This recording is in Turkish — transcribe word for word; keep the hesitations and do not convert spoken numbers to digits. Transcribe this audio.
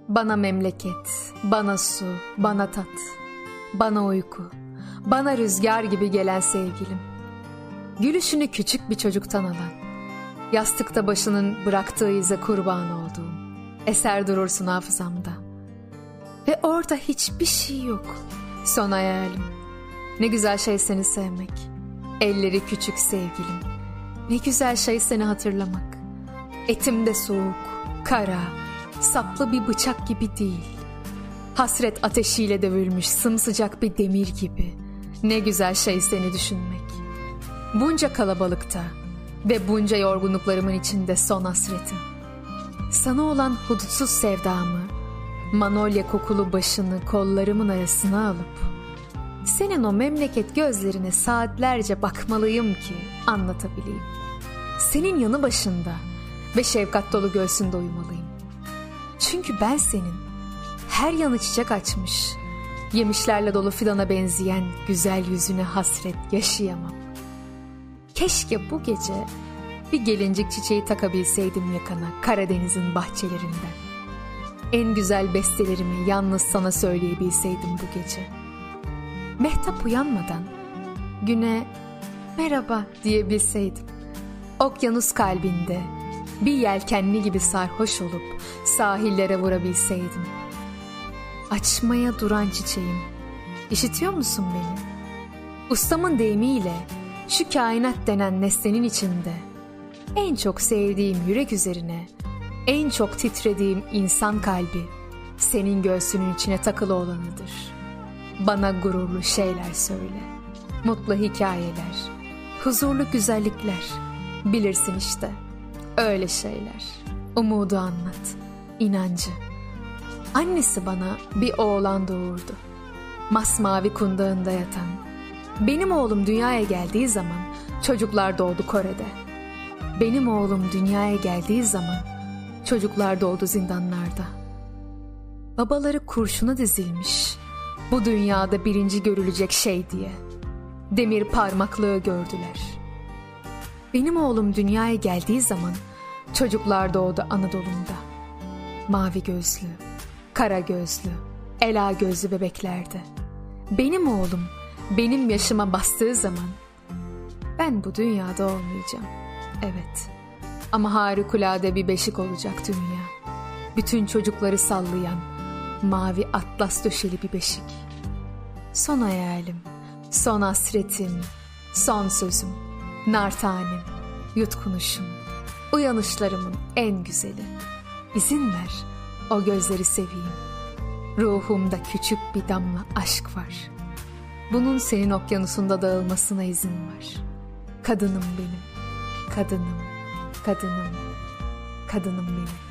Bana memleket, bana su, bana tat, bana uyku, bana rüzgar gibi gelen sevgilim. Gülüşünü küçük bir çocuktan alan, yastıkta başının bıraktığı ize kurban olduğum, eser durursun hafızamda. Ve orada hiçbir şey yok, son hayalim. Ne güzel şey seni sevmek, elleri küçük sevgilim. Ne güzel şey seni hatırlamak. Etimde soğuk, kara, saplı bir bıçak gibi değil. Hasret ateşiyle dövülmüş sımsıcak bir demir gibi. Ne güzel şey seni düşünmek. Bunca kalabalıkta ve bunca yorgunluklarımın içinde son hasretim. Sana olan hudutsuz sevdamı, manolya kokulu başını kollarımın arasına alıp, senin o memleket gözlerine saatlerce bakmalıyım ki anlatabileyim. Senin yanı başında ve şefkat dolu göğsünde uyumalıyım. Çünkü ben senin her yanı çiçek açmış, yemişlerle dolu fidana benzeyen güzel yüzüne hasret yaşayamam. Keşke bu gece bir gelincik çiçeği takabilseydim yakana Karadeniz'in bahçelerinden. En güzel bestelerimi yalnız sana söyleyebilseydim bu gece. Mehtap uyanmadan güne merhaba diyebilseydim. Okyanus kalbinde bir yelkenli gibi sarhoş olup sahillere vurabilseydim. Açmaya duran çiçeğim, işitiyor musun beni? Ustamın deyimiyle şu kainat denen nesnenin içinde en çok sevdiğim yürek üzerine en çok titrediğim insan kalbi senin göğsünün içine takılı olanıdır. Bana gururlu şeyler söyle, mutlu hikayeler, huzurlu güzellikler, bilirsin işte, öyle şeyler. Umudu anlat, inancı. Annesi bana bir oğlan doğurdu. Masmavi kundağında yatan. Benim oğlum dünyaya geldiği zaman çocuklar doğdu Kore'de. Benim oğlum dünyaya geldiği zaman çocuklar doğdu zindanlarda. Babaları kurşuna dizilmiş, bu dünyada birinci görülecek şey diye. Demir parmaklığı gördüler. Benim oğlum dünyaya geldiği zaman çocuklar doğdu Anadolu'nda. Mavi gözlü, kara gözlü, ela gözlü bebeklerdi. Benim oğlum benim yaşıma bastığı zaman ben bu dünyada olmayacağım. Evet, ama harikulade bir beşik olacak dünya. Bütün çocukları sallayan mavi atlas döşeli bir beşik. Son hayalim, son hasretim, son sözüm, nar tanem, yutkunuşum, uyanışlarımın en güzeli. İzin ver o gözleri seveyim. Ruhumda küçük bir damla aşk var. Bunun senin okyanusunda dağılmasına izin var. Kadınım benim, kadınım, kadınım, kadınım benim.